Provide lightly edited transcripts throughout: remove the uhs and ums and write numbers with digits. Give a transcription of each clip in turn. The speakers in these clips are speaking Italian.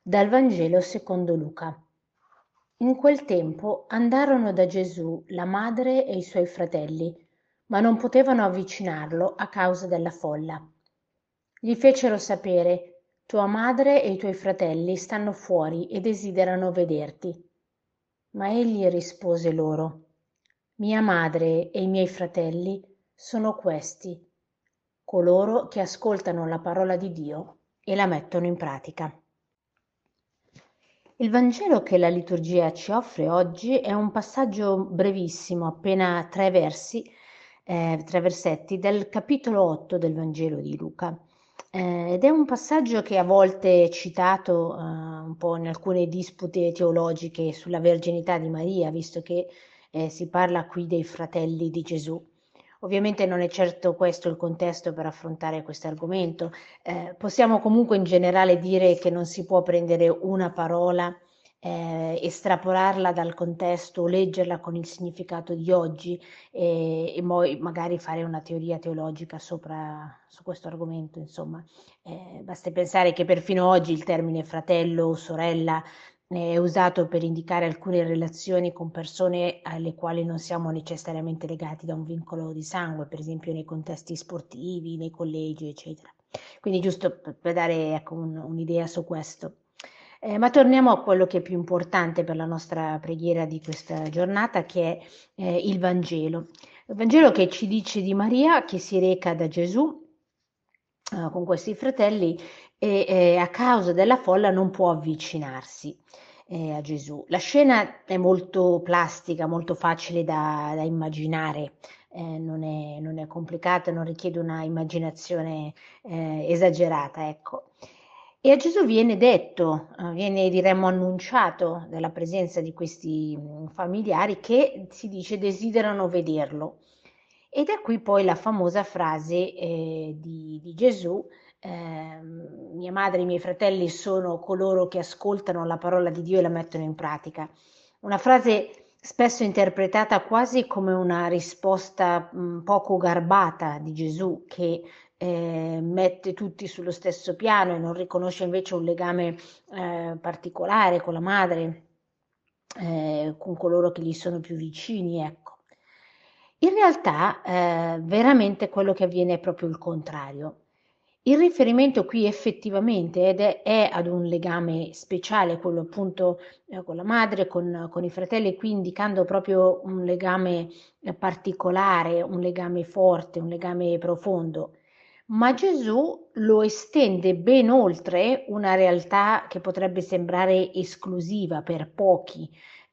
Dal Vangelo secondo Luca. In quel tempo andarono da Gesù la madre e i suoi fratelli, ma non potevano avvicinarlo a causa della folla. Gli fecero sapere: tua madre e i tuoi fratelli stanno fuori e desiderano vederti. Ma egli rispose loro: mia madre e i miei fratelli sono questi, coloro che ascoltano la parola di Dio e la mettono in pratica. Il Vangelo che la liturgia ci offre oggi è un passaggio brevissimo, appena tre versetti del capitolo 8 del Vangelo di Luca. Ed è un passaggio che a volte è citato un po' in alcune dispute teologiche sulla verginità di Maria, visto che si parla qui dei fratelli di Gesù. Ovviamente non è certo questo il contesto per affrontare questo argomento. Possiamo comunque in generale dire che non si può prendere una parola, estrapolarla dal contesto o leggerla con il significato di oggi e poi magari fare una teoria teologica su questo argomento, insomma. Basti pensare che perfino oggi il termine fratello o sorella è usato per indicare alcune relazioni con persone alle quali non siamo necessariamente legati da un vincolo di sangue, per esempio nei contesti sportivi, nei collegi, eccetera. Quindi giusto per dare ecco, un'idea su questo. Ma torniamo a quello che è più importante per la nostra preghiera di questa giornata, che è il Vangelo. Il Vangelo che ci dice di Maria che si reca da Gesù con questi fratelli e a causa della folla non può avvicinarsi a Gesù. La scena è molto plastica, molto facile da immaginare, non è complicata, non richiede una immaginazione esagerata, ecco. E a Gesù viene detto, viene diremmo annunciato dalla presenza di questi familiari che si dice desiderano vederlo. E da qui poi la famosa frase di Gesù, mia madre e i miei fratelli sono coloro che ascoltano la parola di Dio e la mettono in pratica. Una frase spesso interpretata quasi come una risposta poco garbata di Gesù che mette tutti sullo stesso piano e non riconosce invece un legame particolare con la madre, con coloro che gli sono più vicini, ecco. In realtà, veramente quello che avviene è proprio il contrario. Il riferimento qui effettivamente è ad un legame speciale, quello appunto con la madre, con i fratelli, qui indicando proprio un legame particolare, un legame forte, un legame profondo. Ma Gesù lo estende ben oltre una realtà che potrebbe sembrare esclusiva per pochi,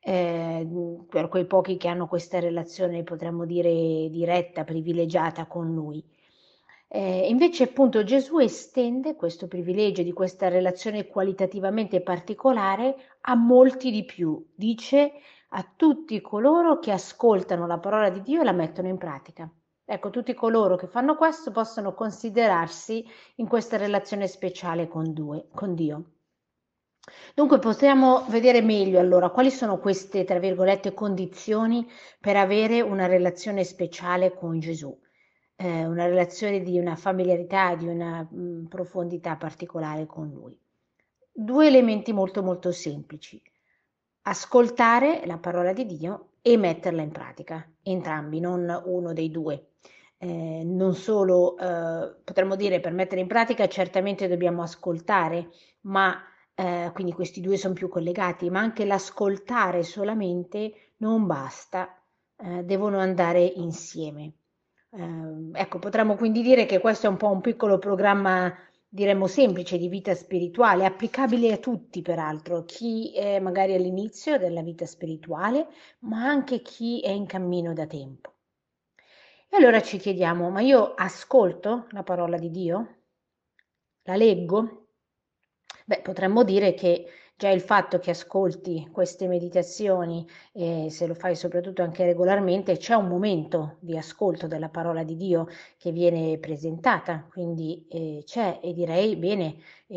per quei pochi che hanno questa relazione, potremmo dire, diretta, privilegiata con Lui. Invece appunto Gesù estende questo privilegio di questa relazione qualitativamente particolare a molti di più, dice a tutti coloro che ascoltano la parola di Dio e la mettono in pratica. Ecco, tutti coloro che fanno questo possono considerarsi in questa relazione speciale con Dio. Dunque possiamo vedere meglio allora quali sono queste, tra virgolette, condizioni per avere una relazione speciale con Gesù, una relazione di una familiarità, di una profondità particolare con Lui. Due elementi molto molto semplici: ascoltare la parola di Dio e metterla in pratica, entrambi, non uno dei due. Non solo, potremmo dire per mettere in pratica certamente dobbiamo ascoltare, ma quindi questi due sono più collegati, ma anche l'ascoltare solamente non basta, devono andare insieme. Ecco, potremmo quindi dire che questo è un po' un piccolo programma, diremmo semplice, di vita spirituale, applicabile a tutti peraltro, chi è magari all'inizio della vita spirituale, ma anche chi è in cammino da tempo. E allora ci chiediamo, ma io ascolto la parola di Dio? La leggo? Beh, potremmo dire che già il fatto che ascolti queste meditazioni, e se lo fai soprattutto anche regolarmente, c'è un momento di ascolto della parola di Dio che viene presentata, quindi c'è e direi bene,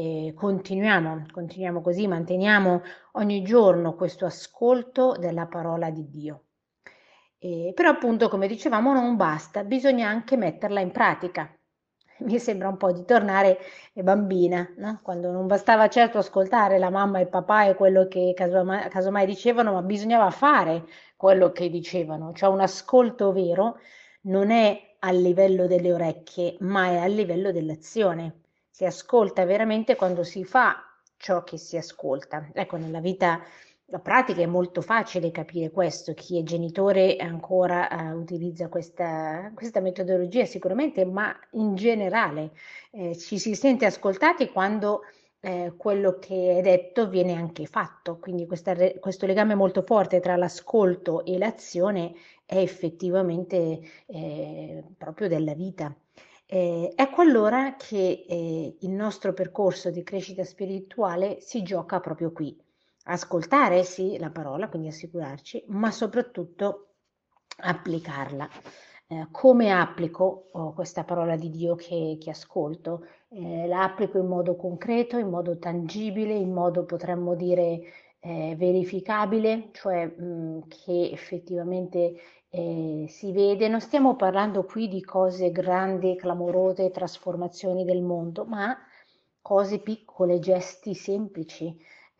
continuiamo così, manteniamo ogni giorno questo ascolto della parola di Dio. Però appunto, come dicevamo, non basta, bisogna anche metterla in pratica. mi sembra un po' di tornare bambina, no? Quando non bastava certo ascoltare la mamma e il papà e quello che casomai dicevano, ma bisognava fare quello che dicevano, cioè un ascolto vero non è a livello delle orecchie, ma è a livello dell'azione. Si ascolta veramente quando si fa ciò che si ascolta. Ecco, nella vita pratica è molto facile capire questo. Chi è genitore ancora utilizza questa metodologia sicuramente, ma in generale ci si sente ascoltati quando quello che è detto viene anche fatto. Quindi questo legame molto forte tra l'ascolto e l'azione è effettivamente proprio della vita. Ecco allora che il nostro percorso di crescita spirituale si gioca proprio qui. Ascoltare, sì, la parola, quindi assicurarci, ma soprattutto applicarla. Come applico questa parola di Dio che ascolto? La applico in modo concreto, in modo tangibile, in modo potremmo dire verificabile, cioè che effettivamente si vede. Non stiamo parlando qui di cose grandi, clamorose, trasformazioni del mondo, ma cose piccole, gesti semplici.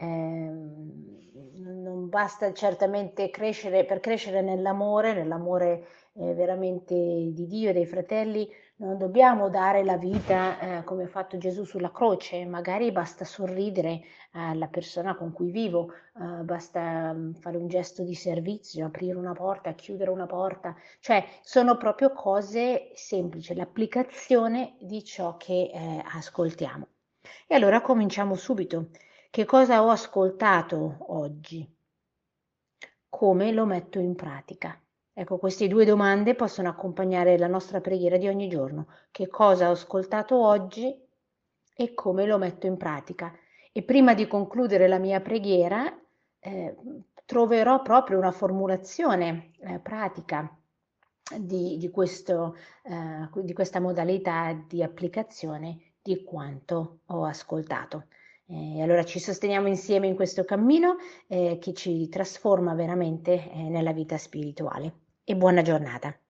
Non basta certamente crescere per crescere nell'amore veramente di Dio e dei fratelli, non dobbiamo dare la vita come ha fatto Gesù sulla croce, magari basta sorridere alla persona con cui vivo, basta fare un gesto di servizio, aprire una porta, chiudere una porta, cioè sono proprio cose semplici, l'applicazione di ciò che ascoltiamo. E allora cominciamo subito. Che cosa ho ascoltato oggi? Come lo metto in pratica? Ecco, queste due domande possono accompagnare la nostra preghiera di ogni giorno. Che cosa ho ascoltato oggi e come lo metto in pratica? E prima di concludere la mia preghiera, eh, troverò proprio una formulazione pratica di questa modalità di applicazione di quanto ho ascoltato. Allora ci sosteniamo insieme in questo cammino che ci trasforma veramente nella vita spirituale. E buona giornata.